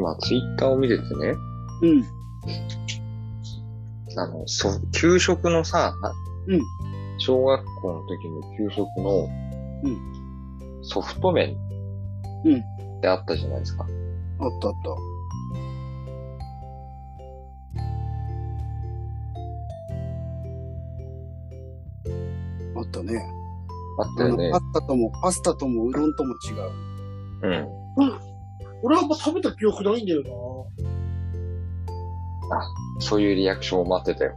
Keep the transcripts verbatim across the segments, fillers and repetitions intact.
今、ツイッターを見ててね、 うん。 あの、そ、給食のさ、 うん。 小学校の時の給食の、 うん。 ソフト麺うん。 ってあったじゃないですか。 あったあった。あったね。 あったよね。 パスタとも、パスタともうどんとも違う。 うん。 うん。俺はあんま食べた記憶ないんだよな。 あ、そういうリアクションを待ってたよ。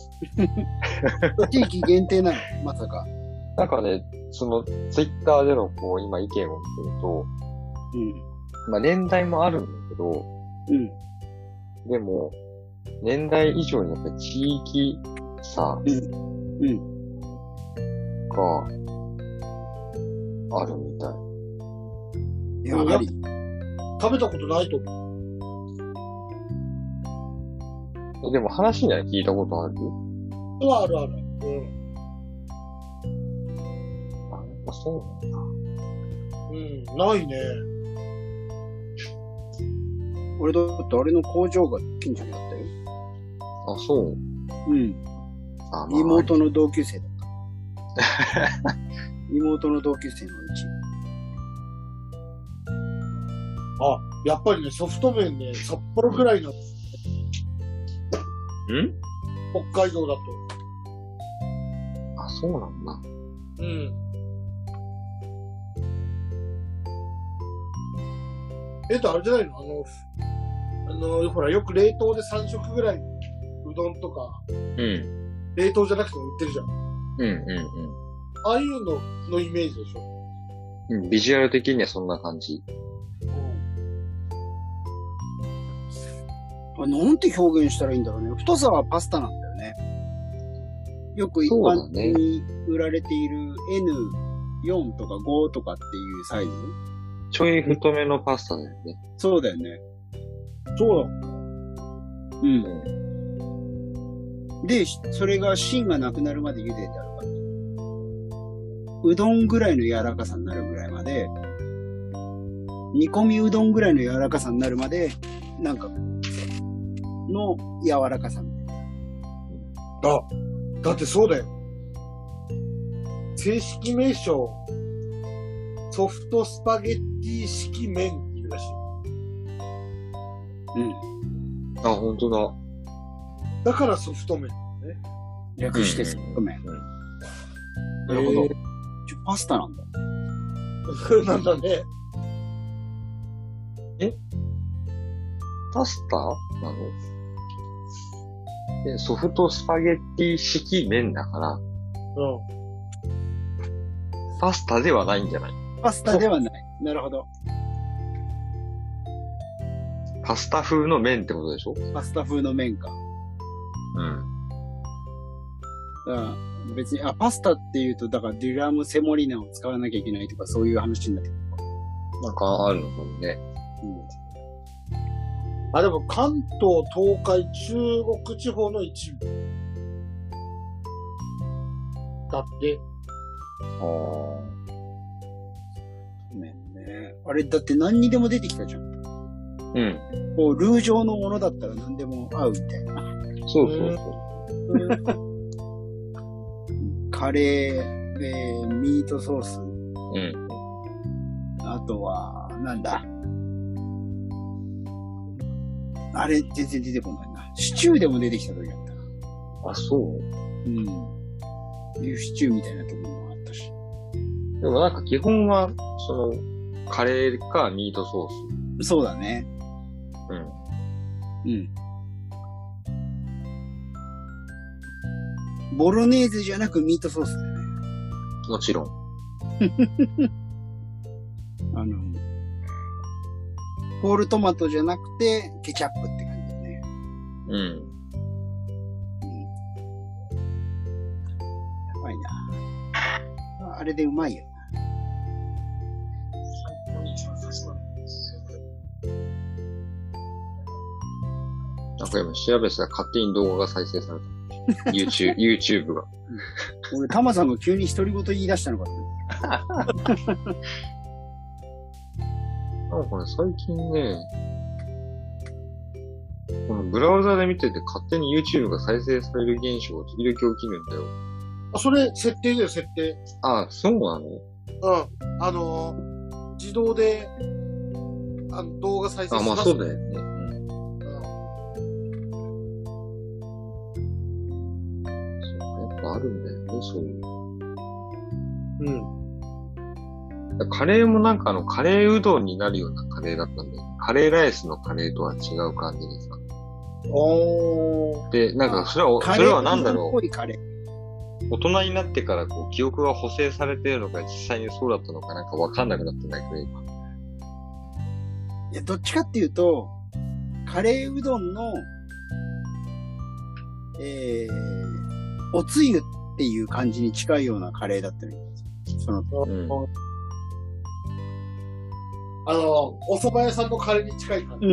地域限定なのまさか。 なんかね、その、ツイッターでのこう、今意見を見てると、 うん。 まあ年代もあるんだけど、 うん。 でも、年代以上にやっぱり地域差うん。うん。 があるみたい。 やはり。 食べたことないと思う。 でも話には聞いたことある？ あるある。うん。 あ、やっぱそうなんだ。 うん、ないね。 俺だってあれの工場が近所にあったよ。 あ、そう。 うん。 あ、まあ、 妹の同級生だった。妹の同級生のうち。 あ、やっぱりね、ソフト麺ね、札幌くらいの。 ん？ 北海道だと。 あ、そうなんだ。 うん。えっと、あれじゃないのあの、あの、ほら、よく冷凍でさん食ぐらい、うどんとか、 うん。 冷凍じゃなくても売ってるじゃん。 うんうんああいうののイメージでしょ。 うん。うん、ビジュアル的にはそんな感じ。 あ、なんて表現したらいいんだろうね。太さはパスタなんだよね。よく一般的に売られている エヌよん とかごとかっていうサイズ。 ちょい太めのパスタだよね。 そうだよね。 そうだ。 うん。 うん。 で、それが芯がなくなるまで茹でてあるから。うどんぐらいの柔らかさになるぐらいまで、煮込みうどんぐらいの柔らかさになるまで、なんか、の柔らかさみたいな。 あ、だってそうだよ。正式名称、ソフトスパゲッティ式麺っていうらしい。 うん。 あ、ほんとだ。 だからソフト麺。 略してソフト麺。 うん。 なるほど。 えちょパスタなんだ。 ーなんだね。 パスタなの？で、ソフトスパゲッティ式麺だから、 うん。 パスタではないんじゃない？ パスタではない。なるほど。 パスタ風の麺ってことでしょ？ パスタ風の麺か。 うん。 うん。別に、あ、パスタって言うと、だからデュラムセモリナを使わなきゃいけないとか、そういう話になってくる。 なんかあるのかもね。 あ、でも関東、東海、中国地方の一部。だって。 ああ。 麺ね。あれ、だって何にでも出てきたじゃん。 うん。 こう、ルー状のものだったら何でも合うみたいな。 そうそうそう。 カレー、で、ミートソース。 うん。 あとは、なんだ。あれ、全然出てこないな。シチューでも出てきた時あったな。 あ、そううん。ビーフシチューみたいなところもあったし。 でもなんか基本は、その、カレーかミートソーそうだね。 ス。うん。 うん。ボロネーゼじゃなくミートソースだよね。 もちろん。 あの、ホールトマトじゃなくてケチャップって感じだね。 うん。 うん。やばいな。あれでうまいよな。 なんか今調べてたら勝手に動画が再生された。YouTube、YouTube が。 俺、タマさんが急に独り言言い出したのかと思って。 なんかね、最近ね、 このブラウザで見てて勝手に YouTube が再生される現象が時々起きるんだよ。 あ、それ、設定だよ、設定。 あ、そうなの？ うん。あのー、自動で、あの、動画再生あ、まあそうだよね。 うん。 そうやっぱあるんだよね、そういう。 うん。 カレーもなんかあの、カレーうどんになるようなカレーだったんだよね。カレーライスのカレーとは違う感じでさ。 おー。 で、なんかそれは、それはなんだろう。 カレーっぽいカレー。 大人になってからこう記憶が補正されているのか実際にそうだったのかなんかわかんなくなってないけど今。 いや、どっちかっていうと、カレーうどんの、えー、おつゆっていう感じに近いようなカレーだったり。その、 うんあの、お蕎麦屋さんのカレーに近い感じ。 うん。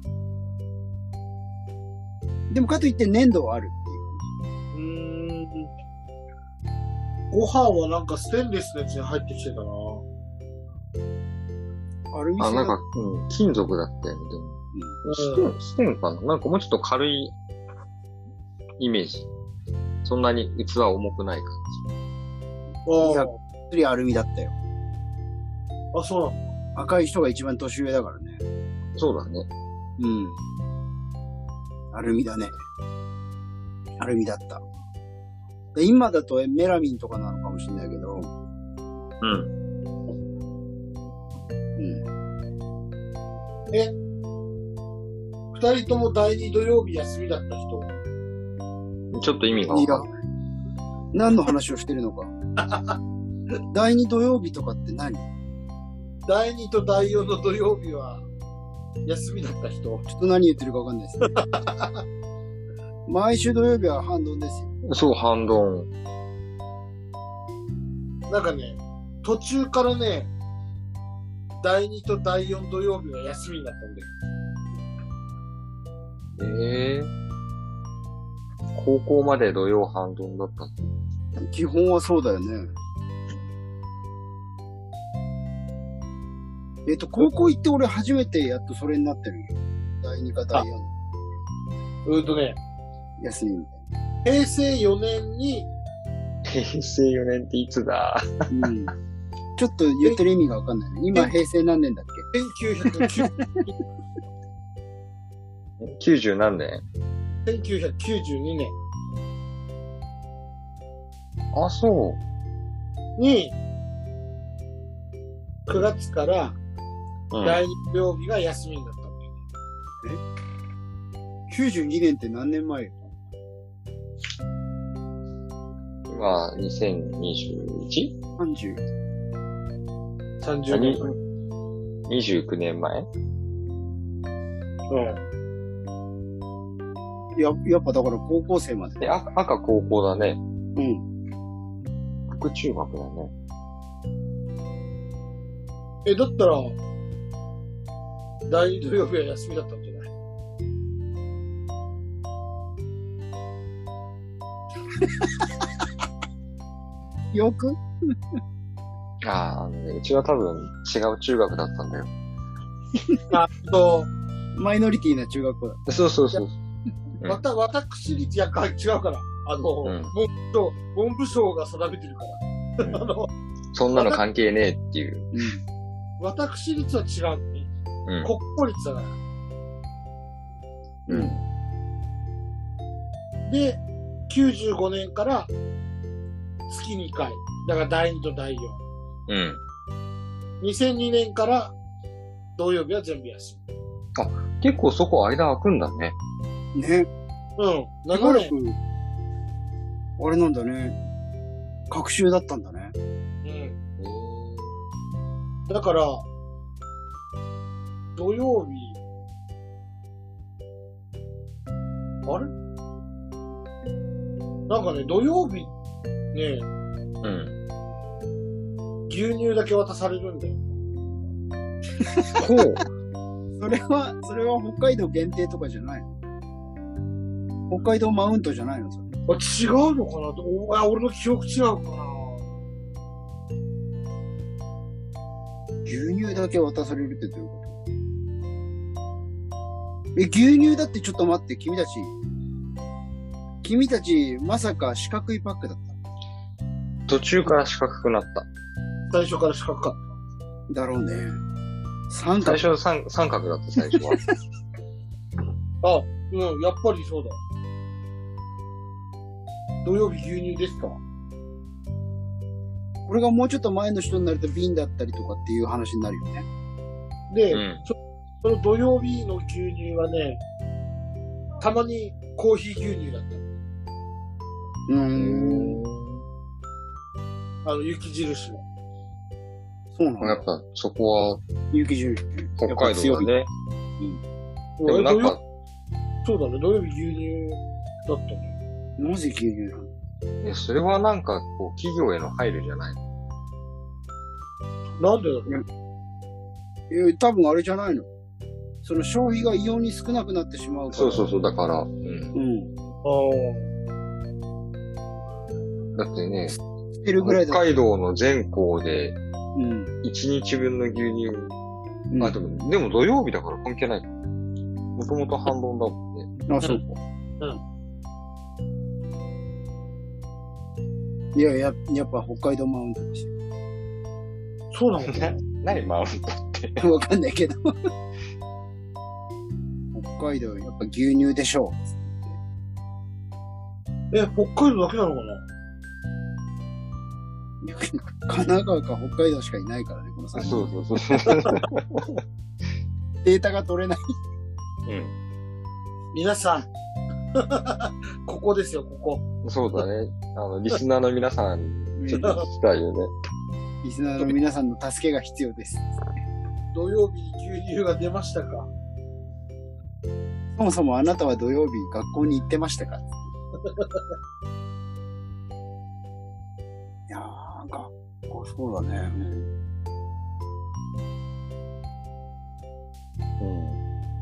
でもかといって粘度はあるっていううーん。ご飯はなんかステンレスのやつに入ってきてたな。 アルミ製あ、なんか、 だうん、金属だったよね、でも。ステン、ステンかななんかもうちょっと軽いイメージ。そんなに器重くない感あいや釣りアルミだったよ。 あ。あ、そうなの。 赤い人が一番年上だからね。 じ。そうだね。 うん。アルミだね。アルミだった。で今だとメラミンとかなのかもしれないけど、 うん。 うん。 え、二人とも第二土曜日休みだった人。 ちょっと意味がわいやかんない。、 何の話をしてるのか。第二土曜日とかって何？ 第二と第四の土曜日は休みだった人。 ちょっと何言ってるかわかんないですね。毎週土曜日は半ドンですよ。 そう、半ドン。 なんかね、途中からね、第二と第四土曜日は休みになったんで。 ええー。高校まで土曜半ドンだったの。 基本はそうだよね。えっと、高校行って俺初めてやっとそれになってるよ。だいにかだいよん。 うんとね、 休みみ平成よねんに、 平成よねんっていつだ？ たいな。うん。ちょっと言ってる意味がわかんないね。今平成何年だっせんきゅうひゃくきゅうきゅうじゅう何年？ せんきゅうひゃくきゅうじゅうにねあ、そう。 んに、くがつからうん。 第二土曜日が休みになったんだよね。 け？ きゅうじゅうにねんって何年前よ？ 今、にせんにじゅういち？ さんじゅう。 さんじゅうねんまえ。 にじゅうきゅうねんまえ？ うん。 や、やっぱだから高校生まで。 で、赤、赤高校だね。 うん。 副中学だね。 え、だったら、第二土曜日は休みだったんじゃない？ よくああ、あのね、うちは多分違う中学だったんだよ。 あと、 マイノリティな中学校だ。 そうそうそう。うんまた、私立やか違うから。あの、 うん文部省、文部省が定めてるから。 うんあの、 そんなの関係ねえっていう。 うん。 私立は違うのね。 うん。 国公立だから。 うん。 で、きゅうじゅうごねんから月にかい。だからだいにとだいよん。 うん。 にせんにねんから土曜日は全部休結構そこ間空くんだね。 ね。 み。うん。 しなばらね。 く、あれなんだね。隔週だったんだね。 うん。だから、土曜日、あれなんかね、土曜日、ね、 うん。 牛乳だけ渡されるんだよ。 ほう。 それは、それは北海道限定とかじゃないの？北海道マウントじゃないのそれ？ あ、違うのかなおあ俺の記憶違うかな牛乳だけ渡されるってどういうこえ、牛乳だってちょっと待って、君たち。君たち、まさか四角いパックだっ途中から四角くなった。 最初から四角かった。 だろうね。三角。 最初三三角だった、最初は。 あ、うん、やっぱりそうだ。土曜日牛乳ですか？ これがもうちょっと前の人になると瓶だったりとかっていう話になるよね。 で、 うんそその土曜日の牛乳はね、たまにコーヒー牛乳だった。 うーん。 あの、雪印の。 そうなのやっぱ、そこは、 雪印。 北海道だね。 うん、 でもなんか、 そうだね、土曜日牛乳だったね。 なぜ牛乳なの？ いやそれはなんか、こう、企業への配慮じゃない。 なんでだろう。 え、多分あれじゃないの？その消費が異様に少なくなってしまうから。 そうそうそう、だから、うん。 うん。 あだってね、 捨てるぐらいだ北海道の全校で、 うん。 いちにちぶんの牛乳、 うん、 あ、でも、でも土曜日だから関係ない。もともと半分だもんね。 あ、そうか。 うん。 いや、や、やっぱ北海道マウントですよ。 あ、そうなのね。 何マウントって。 わかんないけど。北海道、やっぱ牛乳でしょえ、北海道だけなのかな？ う。神奈川か北海道しかいないからね、このさんにん。 そうそうそう。 データが取れない。 うん。 皆さん。ここですよ、ここ。 そうだね。あの、リスナーの皆さんにちょっと聞きたいよね。 リスナーの皆さんの助けが必要です。 土曜日に牛乳が出ましたか？ そもそもあなたは土曜日学校に行ってましたか？いやー、なんか、そうだね。 うん。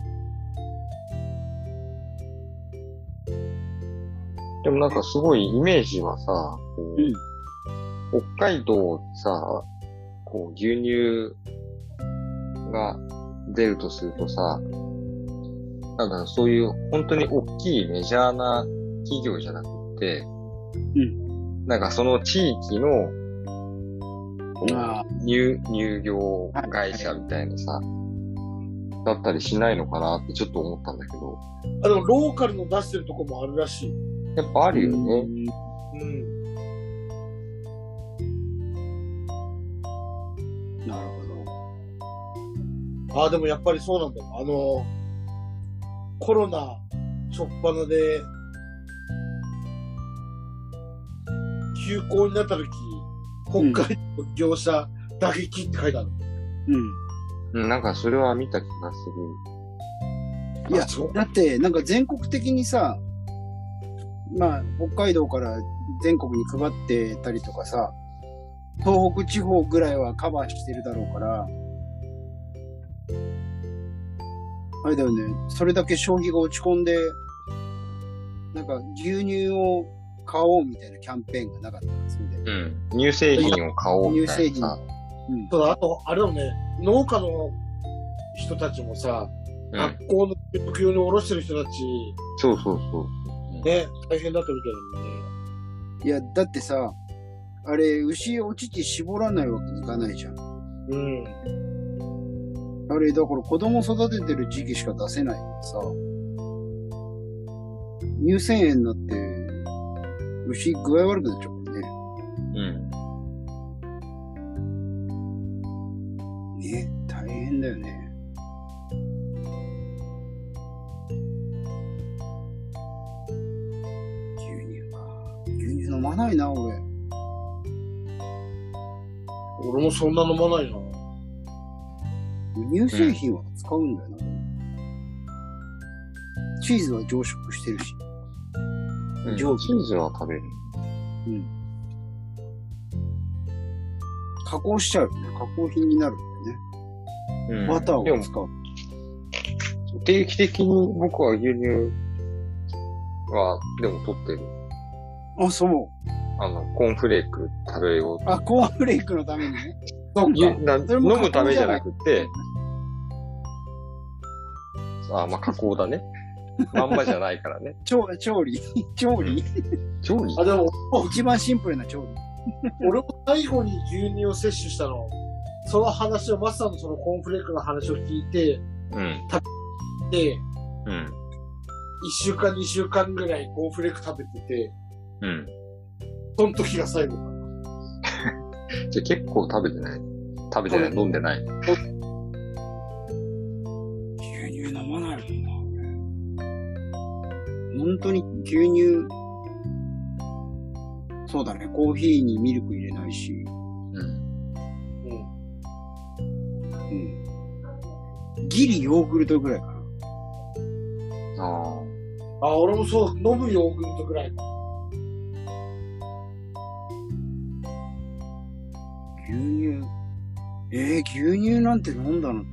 でもなんかすごいイメージはさ、こううん北海道さ、こう牛乳が出るとするとさ、なんかそういう本当に大きいメジャーな企業じゃなくて、 うん。 なんかその地域のこうあ乳、乳業会社みたいなさ、だったりしないのかなってちょっと思ったんだけど、 あ、でもローカルの出してるとこもあるらしい。 やっぱあるよね。 うん。 なるほあ、でもやっぱりそうなんだよ。あの、コロナ、しょっぱなで、休校になった時、北海道の業者打撃って書いてある。 ど。 うん、なんかそれは見た気がすうん。いやあそう、 だって、なんか全国的にさ、まあ、北海道から全国に配ってたりとかさ、東北地方ぐらいはカバーしてるだろうから、あれだよね、それだけ消費が落ち込んで、なんか牛乳を買おうみたいなキャンペーンがなかったんですよね。 る。うん。乳製品を買おうみたいなさ。 うん。 ただ、あと、あれだよね、農家の人たちもさ、 うん。 学校の食用におろしてる人たち、 そうそうそう。 ね、大変だったみたいだもんね。 いや、だってさ、あれ、牛お乳絞らないわけにいかないじゃん。 うん。 あれ、だから子供育ててる時期しか出せないからさ、乳腺炎になって、牛具合悪くなっちゃうからね。 うん。 ね、大変だよね。牛乳か。牛乳飲まないな、俺。 俺もそんな飲まないな。 乳製品は使うんだよな。チーズは常食してるし。 うん、チ上手ーズは食べる。 うん。加工しちゃうよね。加工品になるんだよね。 うん。 バターでもを使う。 定期的に僕は牛乳は、でも取ってる。 あ、そう。 あの、コーンフレーク食べようと。 あ、コーンフレークのためにね。そうゆな飲それもむためじゃなくて、 あ、まあ加工だね。まんまじゃないからね。 調調理調理調理あ、でも、 一番シンプルな調理。 俺も最後に牛乳を摂取したの、その話を、マスターのそのコーンフレークの話を聞いて、 うん。 で、 うん。 一週間、二週間ぐらいコーンフレーク食べてて、 うん。 その時が最後だ。 じゃあ結構食べてない食べてない飲んでない牛乳飲まないもんな、俺。本当に牛乳、そうだね、コーヒーにミルク入れないし、 うん。 うん。 うん。ギリヨーグルトぐらいかな。 ああ。 あ、俺もそう、飲むヨーグルトぐらい。 牛乳。えー、牛乳なんて飲んだの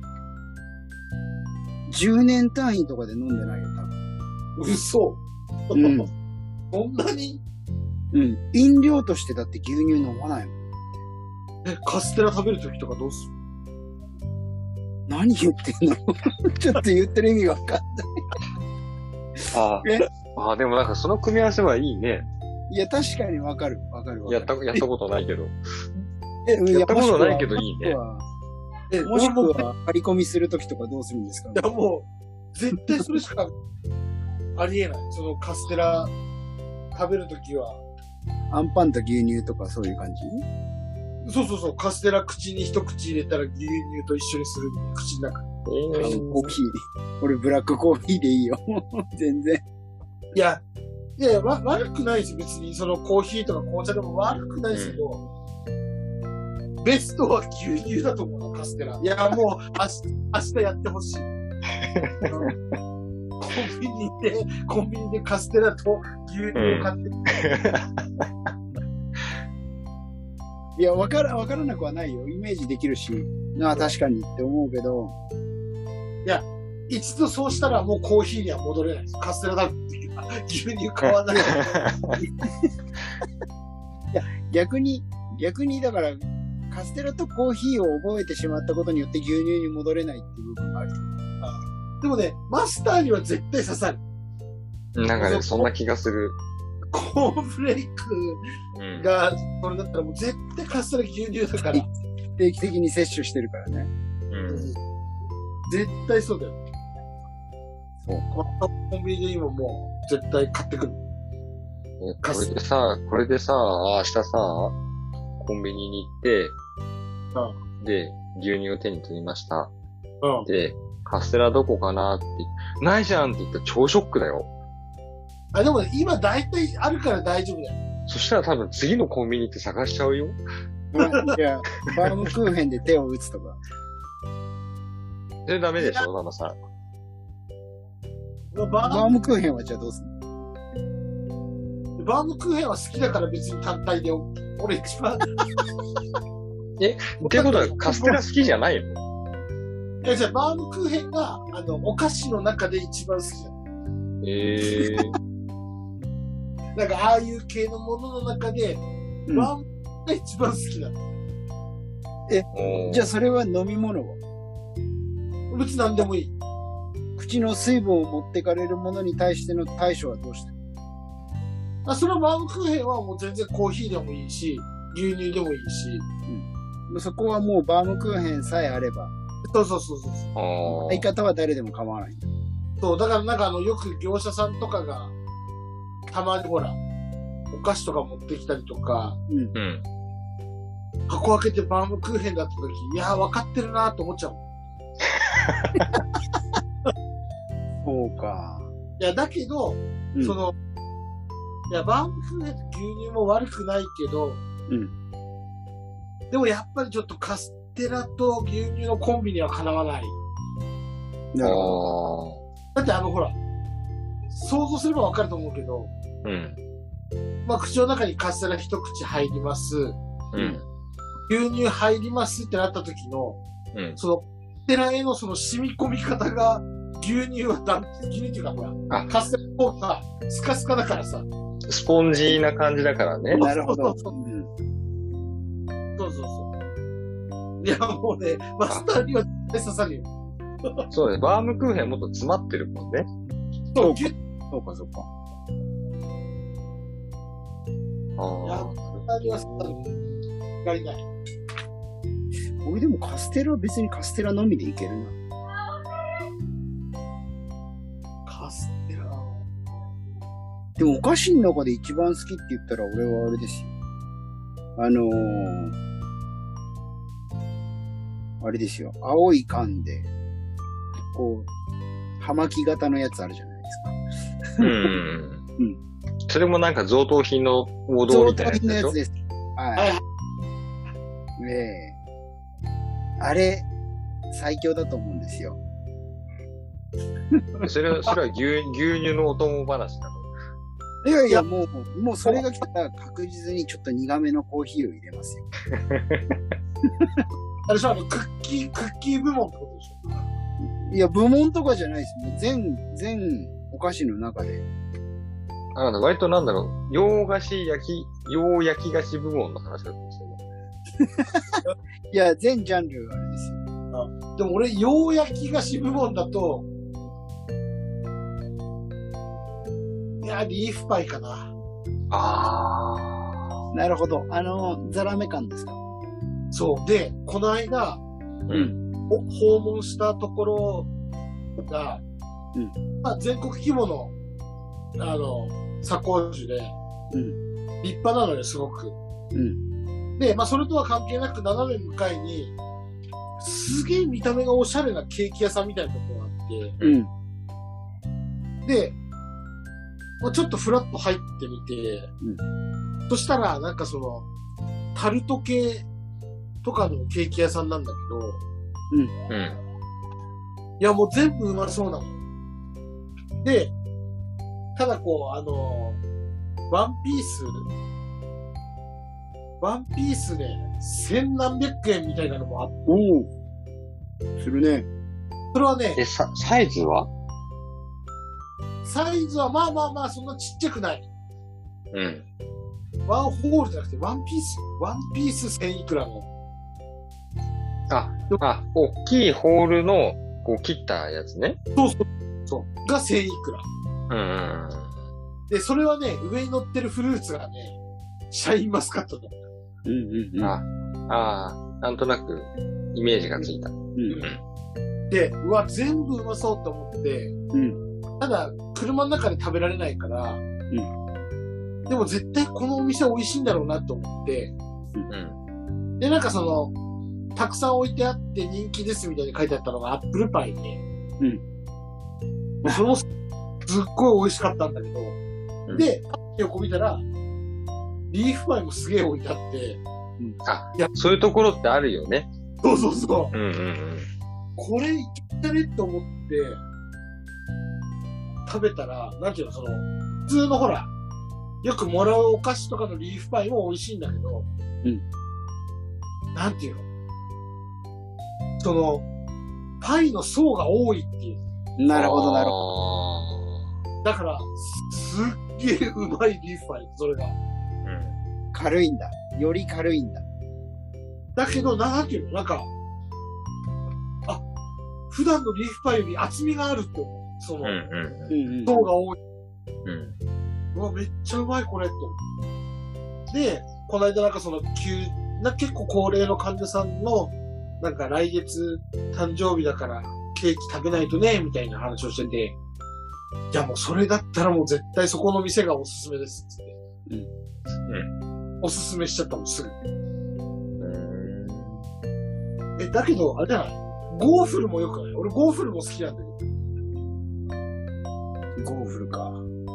じゅうねん単位とかで飲んでないよ、多分。 嘘。 うん。 そんなにうん。飲料としてだって牛乳飲まないもん。 え、カステラ食べる時とかどうする？ 何言ってんのちょっと言ってる意味がわかんない。 あえあ。あ、でもなんかその組み合わせはいいね。 いや、確かにわかる。わかるわかる。 やった、やったことないけど。 え、うんやったことないけどいいね。 え、 もしく俺もは、張り込みするときとかどうするんですか？ いや、もう、絶対それしかありえない。そのカステラ食べるときは。 アンパンと牛乳とかそういう感じ？ そうそうそう、カステラ口に一口入れたら牛乳と一緒にする口の中。 えー、 コーヒー。俺ブラックコーヒーでいいよ。全然。 いや、いやいや、わ、悪くないですよ。別に、そのコーヒーとか紅茶でも悪くないですけど、ベストは牛乳だと思うな、カステラ。いや、もう、明日、明日やってほしい。コンビニで、コンビニでカステラと牛乳を買って、 いや、わから、わからなくはないよ。イメージできるし。ああ、確かにって思うけど。 一度そうしたらもうコーヒーには戻れないです。カステラ食べて牛乳買わない。 いや、逆に、逆にだから、カステラとコーヒーを覚えてしまったことによって牛乳に戻れないっていう部分があると思う。 でもね、マスターには絶対刺さる。 なんかね、そんな気がする。 コーンフレークうん。 が、それだったらもう絶対カステラ牛乳だから。 定期的に摂取してるからね。 うん。 絶対そうだよ。 そう。 コンビニで今もう絶対買ってくる。 えこれでさ、これでさ、明日さ、コンビニに行って、で、牛乳を手に取りました。 うん。 で、カステラどこかなって、ないじゃんって言ったら超ショックだよ。 あ、でもね、今大体あるから大丈夫だよ。 そしたら多分次のコンビニ行って探しちゃうよ。 じゃあ、バームクーヘンで手を打つとか。 それダメでしょ、ママさん。 ババームクーヘンはじゃあどうすんの？ ーバームクーヘンは好きだから別に単体で OK。俺一番。 えってことはカステラ好きじゃないの？ いや、じゃあバームクーヘンが、あの、お菓子の中で一番好きだ。 ええー。 なんか、ああいう系のものの中で、 うんバームが一番好きだ。 じゃあそれは飲み物は？ 別に何でもいい。 口の水分を持ってかれるものに対しての対処はどうしてる？ あ、そのバームクーヘンはもう全然コーヒーでもいいし、牛乳でもいいし。 そこはもうバームクーヘンさえあれば、 そうそうそうそう。 あー相方は誰でも構わない。 そう、だからなんかあの、よく業者さんとかが、たまにほら、お菓子とか持ってきたりとか、 うん。 うん。 箱開けてバームクーヘンだった時、いやー分かってるなーと思っちゃう。 そうか。 いや、だけど、 うんその、いや、バームクーヘンと牛乳も悪くないけど、 うん。 でもやっぱりちょっとカステラと牛乳のコンビにはかなわない。 なるほあだってあのほら、想像すればわかると思うけど、 あ。うん。 まあ口の中にカステラ一口入ります。 うん。 牛乳入りますってなった時の、 うん。 その、カステラへのその染み込み方が、牛乳はだ、牛乳っていうかほら、 あカステラの方がスカスカだからさ。 スポンジーな感じだからねど。。なるほど。 そううんそうそうそう。いや、もうね、マスターには絶対刺さるよ。 そうね、バームクーヘンもっと詰まってるもんね。 そう、 そうそうか、そうか。 あいや、ありはさ、がいない。 俺でもカステラは別にカステラのみでいけるな。 カステラ。 でもお菓子の中で一番好きって言ったら俺はあれですよ。あのー、あれですよ。青い缶で、こう、葉巻型のやつあるじゃないですか。 うん。 うんそれもなんか贈答品の王道贈みたいな答やつでしょ。 品のやつです。 はいはい。ねえ。あれ、最強だと思うんですよ。 それは、それは牛、牛乳のお供話なの。 いやいや、もう、もうそれが来たら確実にちょっと苦めのコーヒーを入れますよ。 あれでしょ、あの、クッキー、クッキー部門ってことでしょ。 いや、部門とかじゃないです。もう全、全お菓子の中で。 あの、割となんだろう、洋菓子焼き、洋焼き菓子部門の話だったんですよ。 いや、全ジャンルあれですよ。 でも俺、洋焼き菓子部門だと、いや、リーフパイかな。 あなるほど。あの、ザラメ感ですか。 そう。で、この間、 あ。うん。 お訪問したところが、 うんまあ、全国規模の、あの、左工樹で、 うん。 立派なのよ、すごく。 うん。 で、まあ、それとは関係なく、斜め向かいに、すげえ見た目がおしゃれなケーキ屋さんみたいなところがあって、 うん。 で、まあ、ちょっとフラッと入ってみて、そしたら、なんかその、タルト系とかのケーキ屋さんなんだけど、 うん。 いや、もう全部うまそうなの。で、ただこう、あの、ワンピース、ワンピースで千何百円みたいなのもあって、 おお。するね。 それはね、 え、さ、サイズは？ サイズはまあまあまあそんなちっちゃくない。 うん。 ワンホールじゃなくてワンピース。ワンピース千いくらの。 あ、あ、大きいホールの、こう切ったやつね。 そうそう。そう。が千いくら。 うんうんで、それはね、上に乗ってるフルーツがね、シャインマスカットだ。 うんうんうん。あ、ああ、なんとなく、イメージがついた。 うん。 で、うわ、全部うまそうと思って、 うん。 ただ、車の中で食べられないから、でも絶対このお店美味しいんだろうなと思って、 うん。 で、なんかその、たくさん置いてあって人気ですみたいに書いてあったのがアップルパイで、 うん。 もうそれもすっごい美味しかったんだけど、 うんで、横見たら、リーフパイもすげえ置いてあって、 あいや、 そういうところってあるよね。 そうそうそう、 うんうんうん。 これいけたねって思って、食べたら、なんていうの、その、普通のほら、よくもらうお菓子とかのリーフパイも美味しいんだけど、 うん。なんていうのその、パイの層が多いっていう。 なるほど、なるほほだから、すすっげえうまいリーフパイ、それが。 ど。うん。 ど。軽いんだ。より軽いんだ。 だけど、なんていうのなんか、あ、普段のリーフパイより厚みがあるって思う。その、 うんうんうんうん。 層が多い。 うん。 うわ、めっちゃうまいこれ、と思う。で、この間なんかその、急、な、結構高齢の患者さんの、なんか来月誕生日だからケーキ食べないとね、みたいな話をしてて、いやもうそれだったらもう絶対そこの店がおすすめですっつって。 うん。 おすすめしちゃったもん、すぐ。 うん。 え、だけど、あれじゃないゴーフルもよくない俺ゴーフルも好きなんだけど。 ゴーフルか。 あ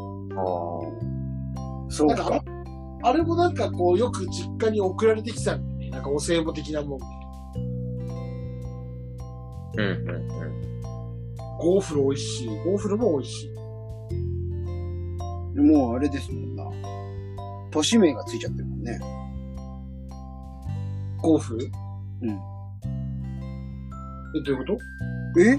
あ。 そうなんかか。 あれもなんかこうよく実家に送られてきてたんだよね。なんかお歳暮的なもんで。 うんうんうん。 ゴーフル美味しい。ゴーフルも美味しい。 もうあれですもんな。都市名がついちゃってるもんね。 ゴーフルうん。 え、どういうことえ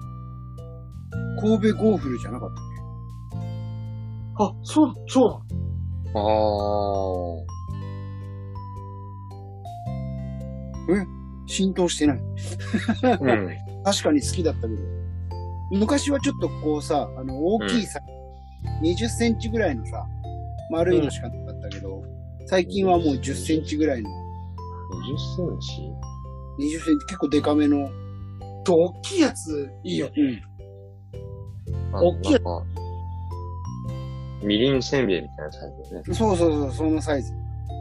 神戸ゴーフルじゃなかったっあ、そう、そうなのああ。 け浸透してない。 うん。 確かに好きだったけど。昔はちょっとこうさ、あの、大きいさ、うん、にじゅっセンチぐらいのさ、丸いのしかなかったけど、うん、最近はもうじゅっセンチぐらいの。 にじゅっセンチ ? にじゅっセンチ、結構デカめの。 と、大きいやつ、いいよ。うん。 大きいやつ。みりんせんべいみたいなサイズね。 そうそうそう、そのサイズ。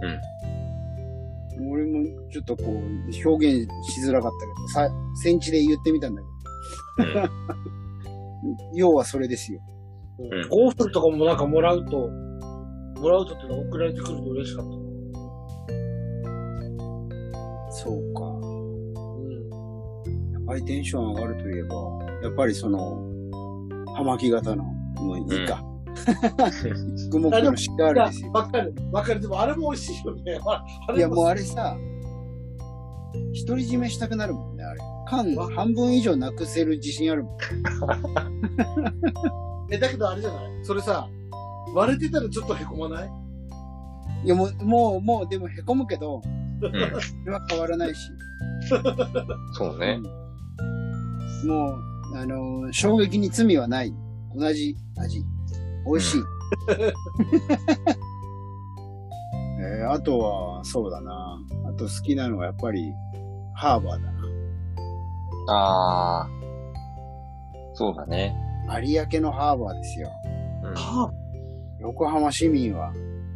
うん。 俺もちょっとこう、表現しづらかったけど、さ、センチで言ってみたんだけど。うん、要はそれですよ。 うん。ゴーフルとかもなんかもらうと、もらうとっていうのは送られてくると嬉しかった。 そうか。うん。やっぱりテンション上がるといえば、やっぱりその、葉巻型の、もういいか。グモクのシガールですよ。 わかる。わかる。でもあれも美味しいよね。 いやもうあれさ、独り占めしたくなるもんね、あれ。缶半分以上なくせる自信あるもん。 え、だけどあれじゃない？それさ、割れてたらちょっと凹まない？ いやもう、もう、もう、でも凹むけど、うん、それは変わらないし。 そうね。 うん、もう、あのー、衝撃に罪はない。同じ味。美味しい。うんえー、あとは、そうだな。あと好きなのはやっぱり、ハーバーだな。 ああ、そうだね。 有明のハーバーですよ。 うん、ハーバー横浜市民は、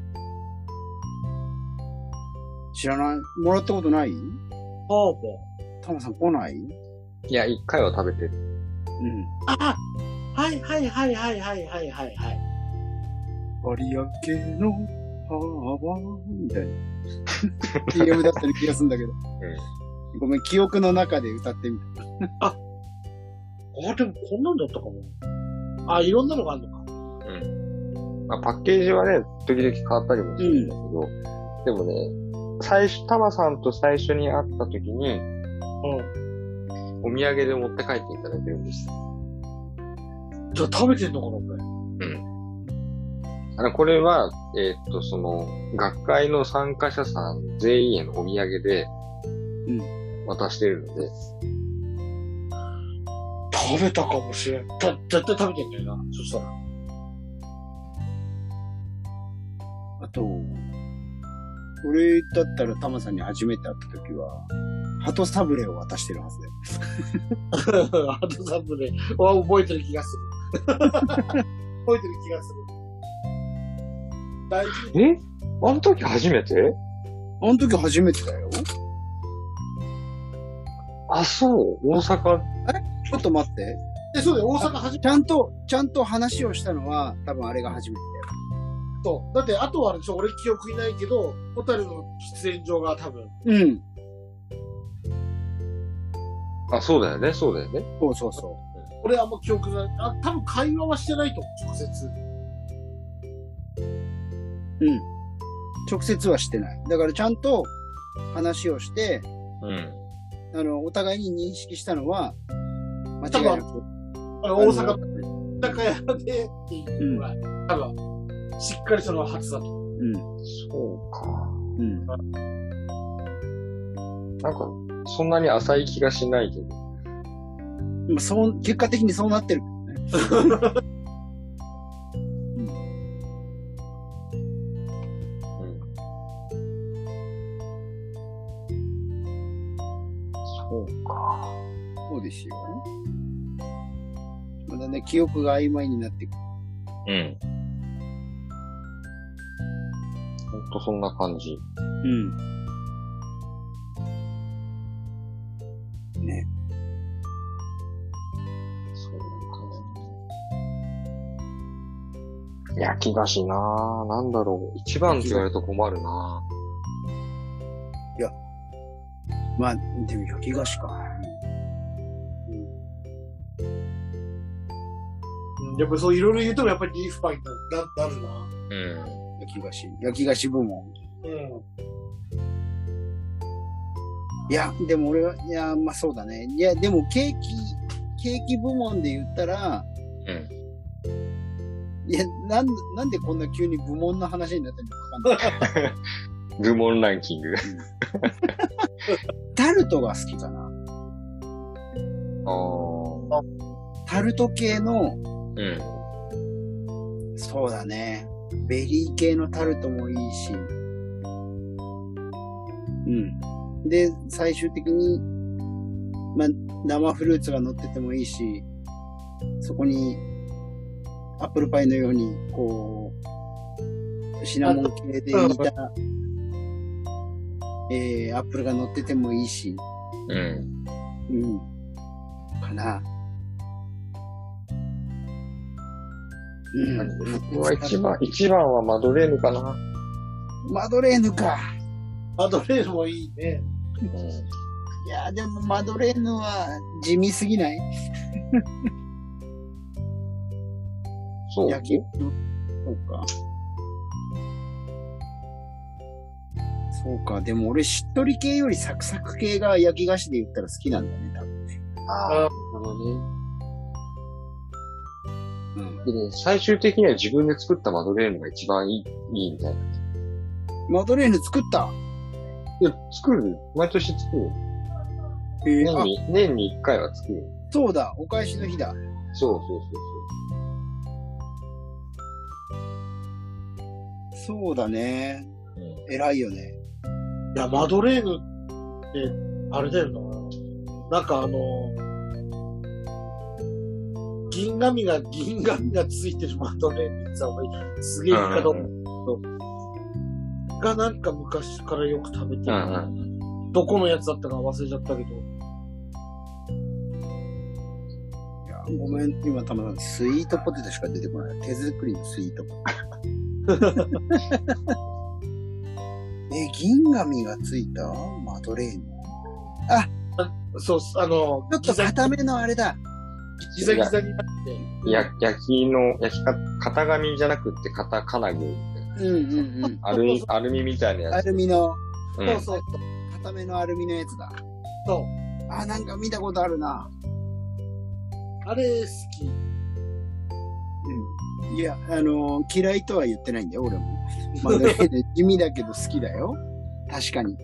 知らない？もらったことない？ハーバー。タマさん来ない？ いや、一回は食べてる。 うん。 あはいはいはいはいはいはいはい。 有明のハーバーみたいな。シーエム だったり気がするんだけど。うん、ごめん、記憶の中で歌ってみた。 あ、あ、でもこんなんだったかも。あ、いろんなのがあるのか。 うん。まあ、パッケージはね、時々変わったりもするんだけど、うん、でもね、最初、タマさんと最初に会った時に、うん、お土産で持って帰っていただいてるんです。 じゃあ食べてんのかな、これ。うん。 あの、これは、えー、っと、その、学会の参加者さん全員へのお土産で、うん、渡してるので。 食べたかもしれん。た、絶対食べてんだよな、そしたら。 あと、俺だったらタマさんに初めて会った時は、鳩サブレを渡してるはずだよ。鳩サブレは覚えてる気がする。覚えてる気がする。 大事。え？あの時初めて？ あの時初めてだよ。 あ、そう、大阪。 え？ちょっと待って。 え、そうだよ、大阪初めて。 ちゃんと、ちゃんと話をしたのは、多分あれが初めてだよ。 そう。だって、あとはあれでしょ、俺記憶いないけど、ホタルの喫煙所が多分。 うん。 あ、そうだよね、そうだよね。 そうそうそう。 俺あんま記憶ない。あ、多分会話はしてないと思う、直接。 うん。直接はしてない。だからちゃんと話をして、うん。あの、お互いに認識したのは、間違いなく。 あの、大阪、居酒屋でっていうのが、うん、多分、しっかりその初だと。 うん。 そうか。 うん。 なんか、そんなに浅い気がしないけど。 まあ、そう、結果的にそうなってる、ね。 そうか。 そうですよ。まだね、記憶が曖昧になっていく。 うん。ほんとそんな感じ。 うん。ね。 そうかね。焼き菓子なぁ。なんだろう。一番って言われると困るなぁ。 いや。まあ、でも焼き菓子か。 うん。やっぱそういろいろ言うとやっぱりリーフパイになるな。 うん。 焼き菓子。焼き菓子部門。 うん。 いや、でも俺は、いや、まあそうだね。いや、でもケーキ、ケーキ部門で言ったら、 うん。 いや、なん、なんでこんな急に部門の話になってるのかわかんない。 部門ランキング。 タルトが好きかな。 ああ。 タルト系の、 うん。 そうだね。ベリー系のタルトもいいし。うん。で、最終的に、まあ、生フルーツが乗っててもいいし、そこに、アップルパイのように、こう、シナモン系で煮た、えー、アップルが乗っててもいいし、 うん。 うん。かな。うん。 僕は一番、一番はマドレーヌかな。 マドレーヌか。 マドレーヌもいいね。 うん。 いやーでもマドレーヌは地味すぎない？ そう。 焼き、そうか。そうか。でも俺しっとり系よりサクサク系が焼き菓子で言ったら好きなんだね、多分ね。 ああ、なるほどね。 うん。 でね、最終的には自分で作ったマドレーヌが一番いい、いいみたいな。 マドレーヌ作った？ いや、作る。毎年作る。 えー、あ、 年に、年に一回は作る。 そうだ。お返しの日だ。 そうそうそうだね。 そうそう。 偉いよね。 いや、マドレーヌって、あれだよな。なんかあの、銀紙が、銀紙がついてるマドレーヌってさ、すげえ言い方うんうんがなんか昔からよく食べてる。 うんうん。 どこのやつだったか忘れちゃったけど。 いや、ごめん。今たまたまスイートポテトしか出てこない。手作りのスイートポテト。え、銀紙がついたマドレーヌ。 そう、あの、 ちょっと固めのあれだ。 ギザギザになって。 や、焼きの、焼きか、型紙じゃなくって型金具。 うんうんうん。 アルミ、アルミみたいなやつ。 アルミの、 うん。 そうそう固めのアルミのやつだ。 そう。 あ、なんか見たことあるな。 あれ好き。 うん。いや、あのー嫌いとは言ってないんだよ、俺も。マドレーヌ地味だけど好きだよ。確かに。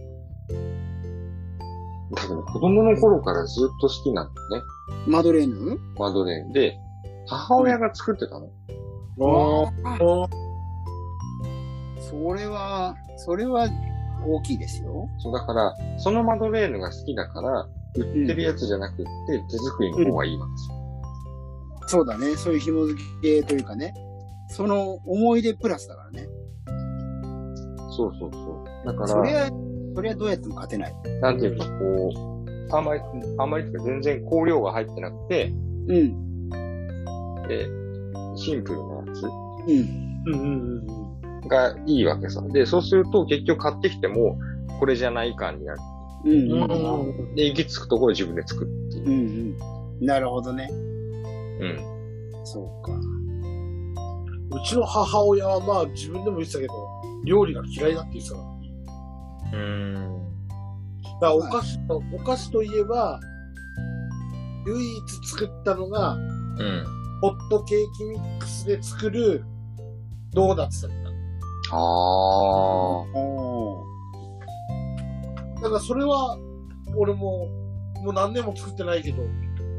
多分子供の頃からずっと好きなんだよね。 マドレーヌマドレーヌで、母親が作ってたの。 あそれは、それは大きいですよ。 そうだから、そのマドレーヌが好きだから、売ってるやつじゃなくって、手作りの方がいいわけですよ。 そうだね。そういう紐付けというかね。その思い出プラスだからね。 そうそうそう。だから、 それは、それはどうやっても勝てない。 なんていうかこう、あんまり、あんまりっていうか全然香料が入ってなくて、 うん。 で、シンプルなやつうん。 うんうんうん。 がいいわけさ。で、そうすると結局買ってきても、これじゃない感になる。 うん。うん。 うんで、行き着くところを自分で作るっていうう。 ん。うん。なるほどね。 うん。 そうか。 うちの母親はまあ自分でも言ってたけど、料理が嫌いだって言ってたから。 うーん。 だからお菓子と、お菓子といえば、唯一作ったのが、 うん。 ホットケーキミックスで作るドーナツだっああ。 おた。だからそれは、俺も、もう何年も作ってないけど、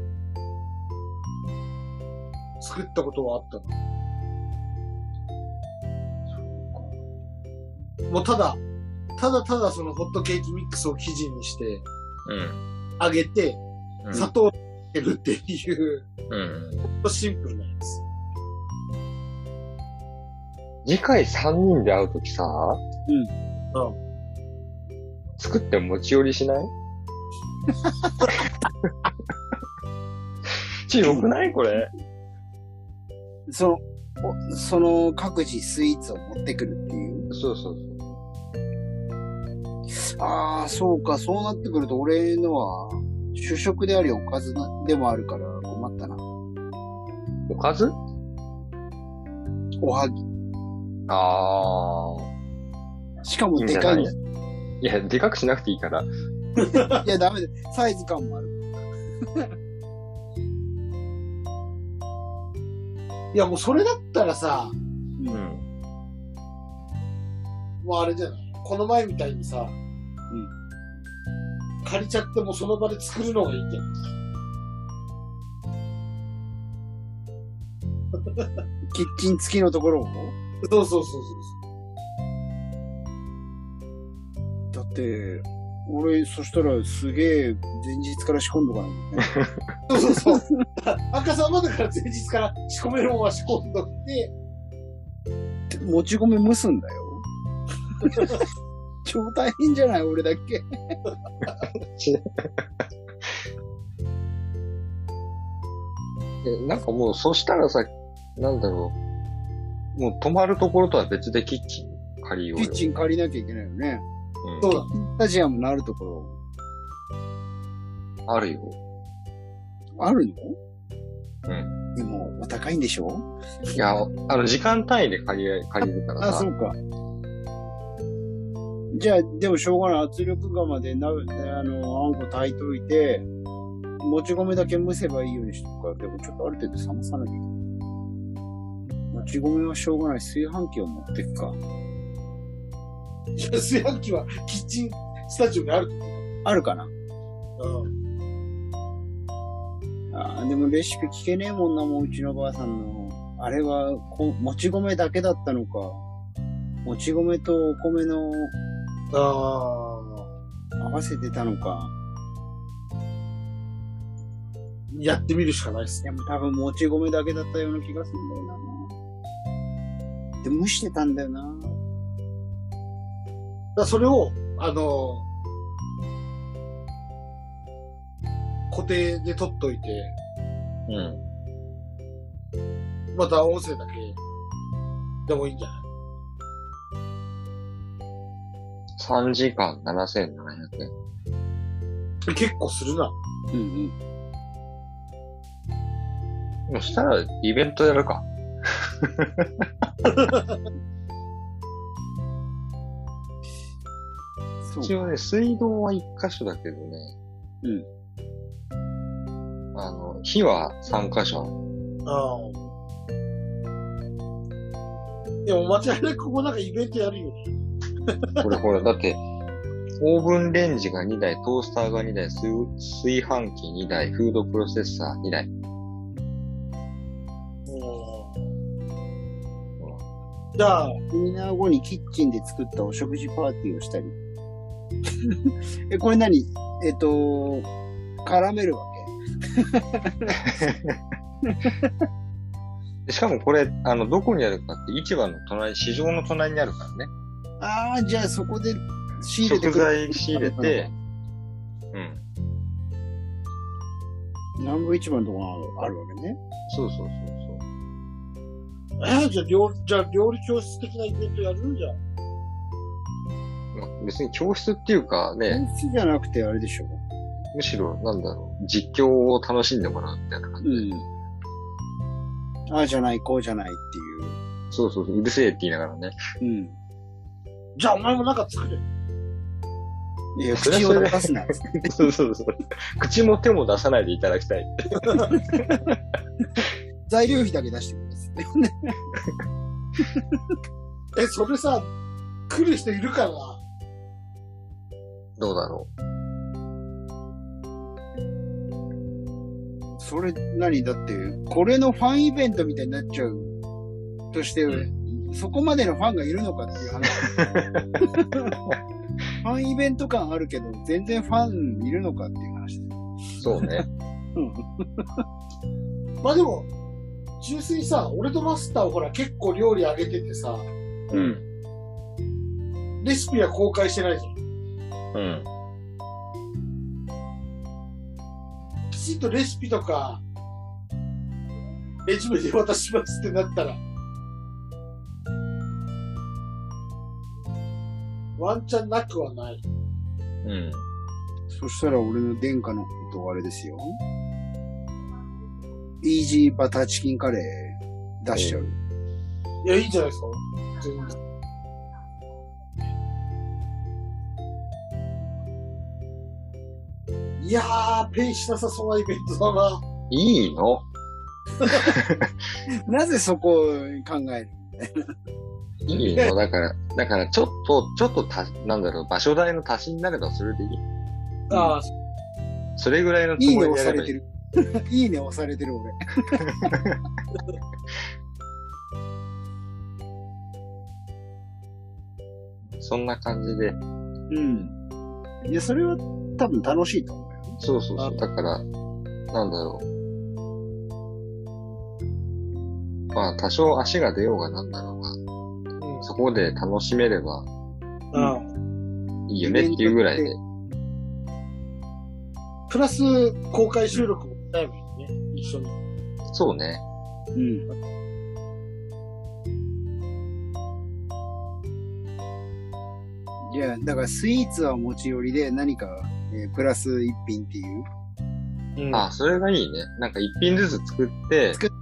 作ったことはあったな。もうただ、ただただそのホットケーキミックスを生地にして、 うん。 揚げて、 うん。 砂糖を入れるっていう、 うん。 シンプルなやつ。 次回さんにんで会うときさ、 うん。 うん。 作って持ち寄りしないち、よくないこれ。 その、おその各自スイーツを持ってくるっていう。 そうそうそう。 ああ、そうか。そうなってくると俺のは主食でありおかずでもあるから困ったな。 おかずおはぎ。 ああ。 しかもでかいんだ。 いや、でかくしなくていいから。 いや、ダメだ。サイズ感もある。 いや、もうそれだったらさ、 うん。 もうあれじゃないこの前みたいにさ、借りちゃってもうその場で作るのがいいんじゃん。 キッチン付きのところをそうそうそうそう。 だって、俺、そしたらすげえ前日から仕込んどかないとね。 そうそうそう。赤さんまだから前日から仕込めるもんは仕込んどって、 もち米蒸すんだよ。超大変じゃない俺だけ。 え、なんかもう、そしたらさ、なんだろう。もう泊まるところとは別でキッチン借りようよ。 キッチン借りなきゃいけないよね。 うん、 そうだ。 スタジアムのあるところ。 あるよ。 あるの？ うん。 でも、お高いんでしょ？ いや、あの、時間単位で借り、借りるからさ。 あ、そうか。じゃあ、でもしょうがない。圧力釜でな、あの、あんこ炊いといて、もち米だけ蒸せばいいようにしとくから、でもちょっとある程度冷まさなきゃいけない。もち米はしょうがない。炊飯器を持ってくか。 いや、炊飯器はキッチンスタジオにある。 あるかな？ うん。 ああ、でもレシピ聞けねえもんな、もううちのばあさんの。あれはこ、もち米だけだったのか。もち米とお米のああ。 合わせてたのか。 やってみるしかないっすね。 でも多分もち米だけだったような気がするんだよな。で、蒸してたんだよな。 だからそれを、あの、固定で取っといて、 うん。 また音声だけでもいいんじゃない？ さんじかんななせんななひゃくえん。 結構するな。 うんうん。 そしたら、イベントやるか。 そう一応ね、水道は一箇所だけどね。 うん。 あの、火は三箇所。 ああ。でも間違いなくここなんかイベントやるよ。 これほら、だって、オーブンレンジがにだい、トースターがにだい、炊炊飯器にだい、フードプロセッサーにだい。 じゃあ、 セミナー後にキッチンで作ったお食事パーティーをしたり。え、これ何？えっと、絡めるわでしかもこれ、あの、どこにあるかって市場の隣、市場の隣にあるからね。 ああ、じゃあそこで仕入れて食材仕入れて、うん。 南部市場のところがあるわけね。 そうそうそうそう。 えー、じゃあ料理、じゃあ料理教室的なイベントやるんじゃん。 まあ、別に教室っていうかね、 教室じゃなくてあれでしょ。 むしろ、なんだろう、実況を楽しんでもらうみたいな感じで。 うん。ああじゃない、こうじゃないっていう。 そうそうそう、うるせえって言いながらね。 うん。 じゃあお前もなんか作れ。 いや、口を出すな。 そうそうそう。口も手も出さないでいただきたい。 材料費だけ出してください。 え、それさ、来る人いるかな？ どうだろう。それ、何だって、これのファンイベントみたいになっちゃうとして、うん、そこまでのファンがいるのかっていう話。ファンイベント感あるけど、全然ファンいるのかっていう話です。 そうね。 うん。 まあでも、純粋にさ、俺とマスターはほら結構料理あげててさ、 うん。 レシピは公開してないじゃん。 うん。 きちんとレシピとか、レジュメで渡しますってなったら、ワンチャンなくはない。 うん。 そしたら俺の殿下のことあれですよ。イージーバターチキンカレー出しちゃう。 いや、いいんじゃないですか。全然。いやー、ペイしなさそうなイベントだな。 いいのなぜそこを考えるいいのだから、だからちょっと、ちょっとた、なんだろう、場所代の足しになればそれでいい。 ああ、 それぐらいのついいもりでやればいい。 ね押されてる。 いいね押されてる俺。 そんな感じで。 うん。いや、それは多分楽しいと思うよ。 そうそうそう。だから、なんだろう。まあ、多少足が出ようがなんだろうが、うん、そこで楽しめれば、いいよねっていうぐらいで。 プラス、公開収録もしたいもんね、一緒に。 そうね。うん。 いや、だからスイーツは持ち寄りで何か、えー、プラス一品っていう。 うん、あ、それがいいね。なんか一品ずつ作って。 作って、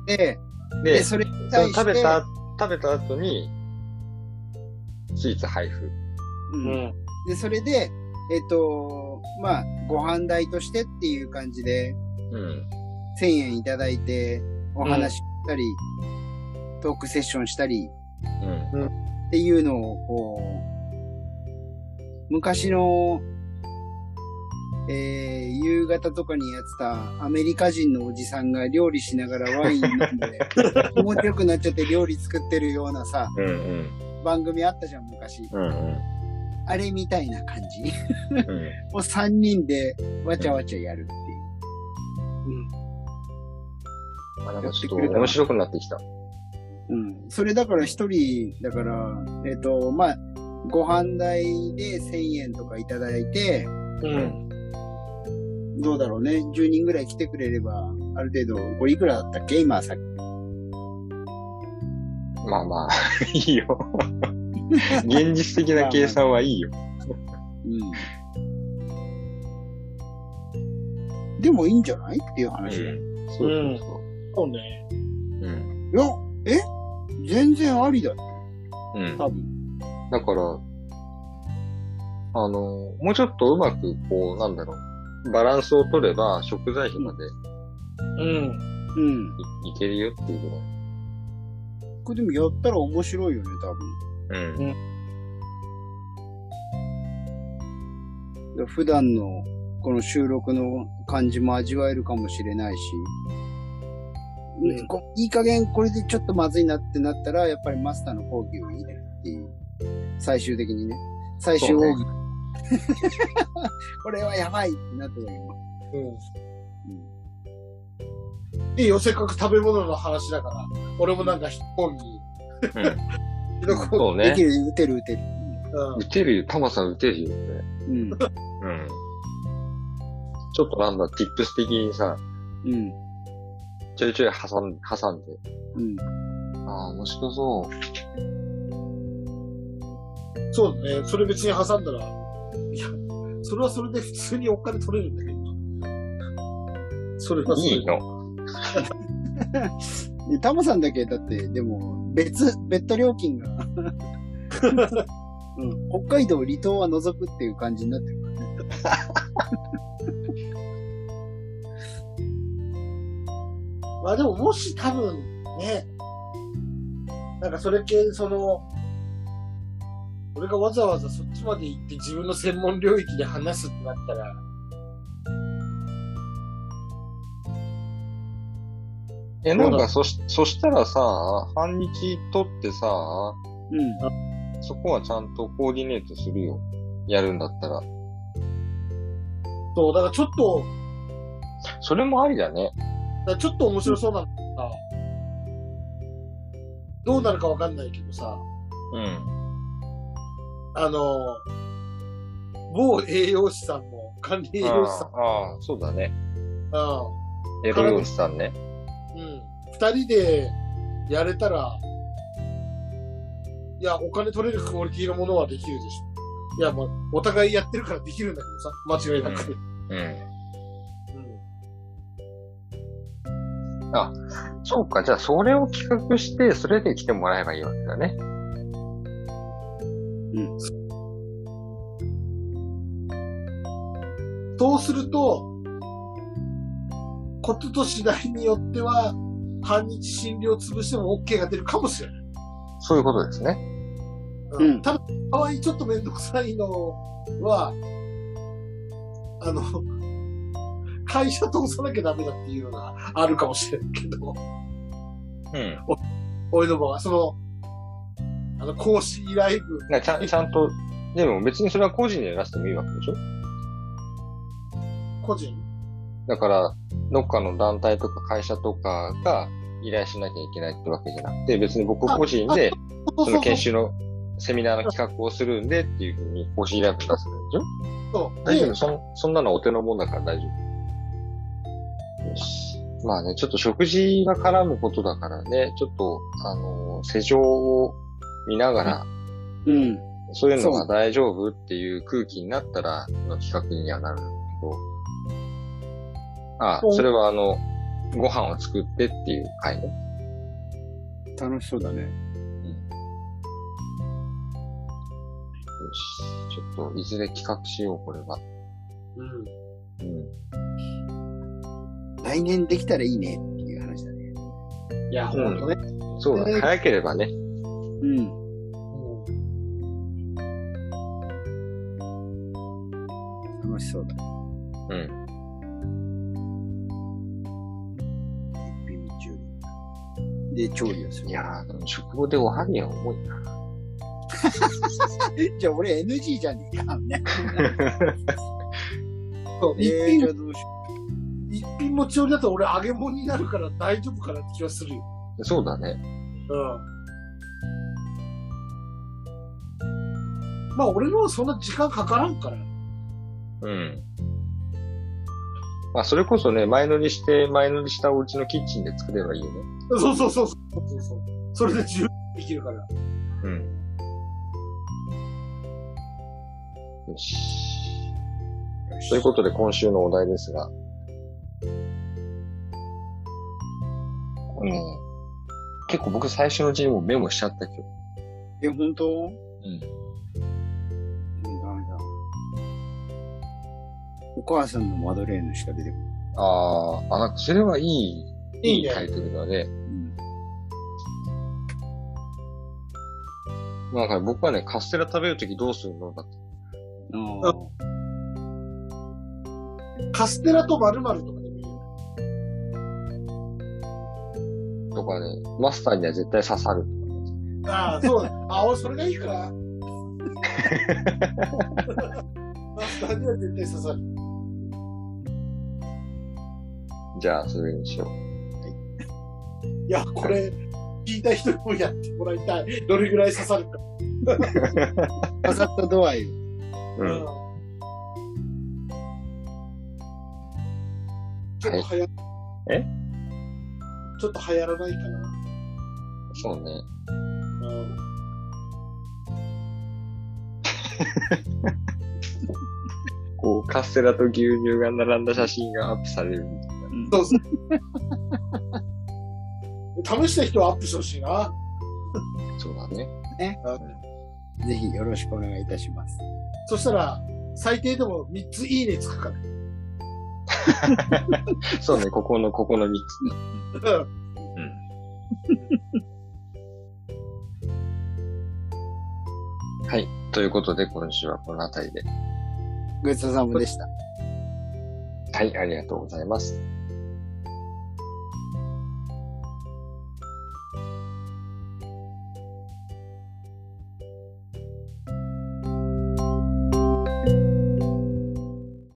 で、でそれに対して食べた、食べた後に、スイーツ配布。 うん。で、それで、えっと、まあ、ご飯代としてっていう感じで、うん。せんえんいただいて、お話ししたり、うん、トークセッションしたり、うん。っていうのを、こう、昔の、えー、夕方とかにやってたアメリカ人のおじさんが料理しながらワイン飲んで気持ちよくなっちゃって料理作ってるようなさ、うんうん、番組あったじゃん昔、うんうん、あれみたいな感じ、うん、をさんにんでわちゃわちゃやるっていう、 うん、あ、なんかちょっと面白くなってきた。 うん、それだから一人だからえっ、ー、とまあご飯代でせんえんとかいただいて、うん、どうだろうね。じゅうにんぐらい来てくれれば、ある程度、これいくらだったっけ今さっき。 まあまあ、いいよ。現実的な計算はいいよ。 うん。でもいいんじゃないっていう話だよ、うん。 そうそうそう。うん、 そうね。 うん。いや、え全然ありだよ。 うん。多分。だから、あの、もうちょっとうまく、こう、なんだろう、バランスを取れば、食材費まで、うん。うん。い, いけるよっていうぐらい。 これでもやったら面白いよね、多分。うん。普段の、この収録の感じも味わえるかもしれないし、うん、こいい加減これでちょっとまずいなってなったら、やっぱりマスターの講義を入れるっていう。最終的にね。最終奥義。ね、これはやばいってなった時に。うん。 うん。いいよ、せっかく食べ物の話だから。俺もなんか一本に。うん。 そうね。 できる、打てる打てる。 うん。打てるよ、タマさん打てるよって。うん。うん。ちょっとなんだ、ティップス的にさ。うん。ちょいちょい挟ん、挟んで。うん。ああ、面白そう。 そうだね。それ別に挟んだら、いや、それはそれで普通にお金取れるんだけど。それはそれ。 いいのタモさんだけ、だって、でも、別、別途料金が、うん。北海道離島は除くっていう感じになってるからね。 まあでも、もし多分、ね、なんかそれ系、その、俺がわざわざそっちまで行って自分の専門領域で話すってなったら、 え、なんかそし、そしたらさ、半日取ってさ、うん。そこはちゃんとコーディネートするよ。やるんだったら。 そう、だからちょっと、 それもありだね。 だからちょっと面白そうなのさ、どうなるかわかんないけどさ、うん。あの、某栄養士さんも、管理栄養士さん。 ああ、そうだね。ああ。栄養士さんね。 うん。二人でやれたら、いや、お金取れるクオリティのものはできるでしょ。いや、まあ、お互いやってるからできるんだけどさ、間違いなく。うん。うんうん、あ、そうか。じゃあ、それを企画して、それで来てもらえばいいわけだね。 うん。そうすると、ことと次第によっては、半日診療潰しても OK が出るかもしれない。 そういうことですね。 うん。ただ、かわいいちょっとめんどくさいのは、あの、 会社通さなきゃダメだっていうのがあるかもしれないけど、 うん。 俺の場合は、その、あの、講師依頼部。 なんかちゃん、ちゃんと、でも別にそれは個人でやらせてもいいわけでしょ？ 個人だから、どっかの団体とか会社とかが依頼しなきゃいけないってわけじゃなくて、別に僕個人で、その研修のセミナーの企画をするんでっていうふうに講師依頼文出すんでしょ？ そう。 大丈夫、 で、 そん、そんなのお手のもんだから大丈夫。よし。まあね、ちょっと食事が絡むことだからね、ちょっと、あの、施錠を見ながら、 うん。 そういうのが大丈夫っていう空気になったら、の企画にはなるけど、ああ、それはあの、ご飯を作ってっていう回ね。 楽しそうだね。 よし。ちょっと、いずれ企画しよう、これは。 うん。 うん。 来年できたらいいねっていう話だね。 いや、ほんとね。 そうだ、 ね早ければね。 うん。 うん楽しそうだね。 うん。 一品中で調理をする。 いやー、でも食後でおはぎは重いな。 じゃあ俺 エヌジー じゃねえか。ね。 そうえー、 一品じゃあどうしよ一品持ち寄りだと俺揚げ物になるから大丈夫かなって気はするよ。 そうだね。 うん。まあ俺のはそんな時間かからんから。 うん。まあ、それこそね、前乗りして、前乗りしたお家のキッチンで作ればいいよね。 そうそうそうそうそうそう。それで十分できるから。 うん。よし。 う。 ということで、今週のお題ですが。うん。結構僕最初のうちにもうメモしちゃったけど。 え、本当？ うん。 うん、ダメだ。お母さんのマドレーヌしか出てこない。 あー、あ、なんかそれはいい、 いいねいいタイトルだね。 うん。 なんか僕はね、カステラ食べるときどうするのだって。 ああ。 カステラと〇〇とかでもいいよ。 とかね、マスターには絶対刺さる。 ああ、そうだ。あ、俺それがいいかな。マスターには絶対刺さる。 じゃあ、それにしよいや、これ、聞いた人にもやってもらいたい。どれぐらい刺さるか。 刺さった度合い。 う。うん。 ちょっと流行、 えちょっと流行らないかな。 そうね。 うん。 こう、カステラと牛乳が並んだ写真がアップされるみたいな。 そうそう。試した人はアップしてほしいな。 そうだね。 ね。ぜひよろしくお願いいたします。 そしたら、最低でもみっついいねつくから。 そうね、ここの、ここのみっつね。 うん。 うん。はい。ということで、今週はこの辺りで。 ごちそうさまでした。 はい、ありがとうございます。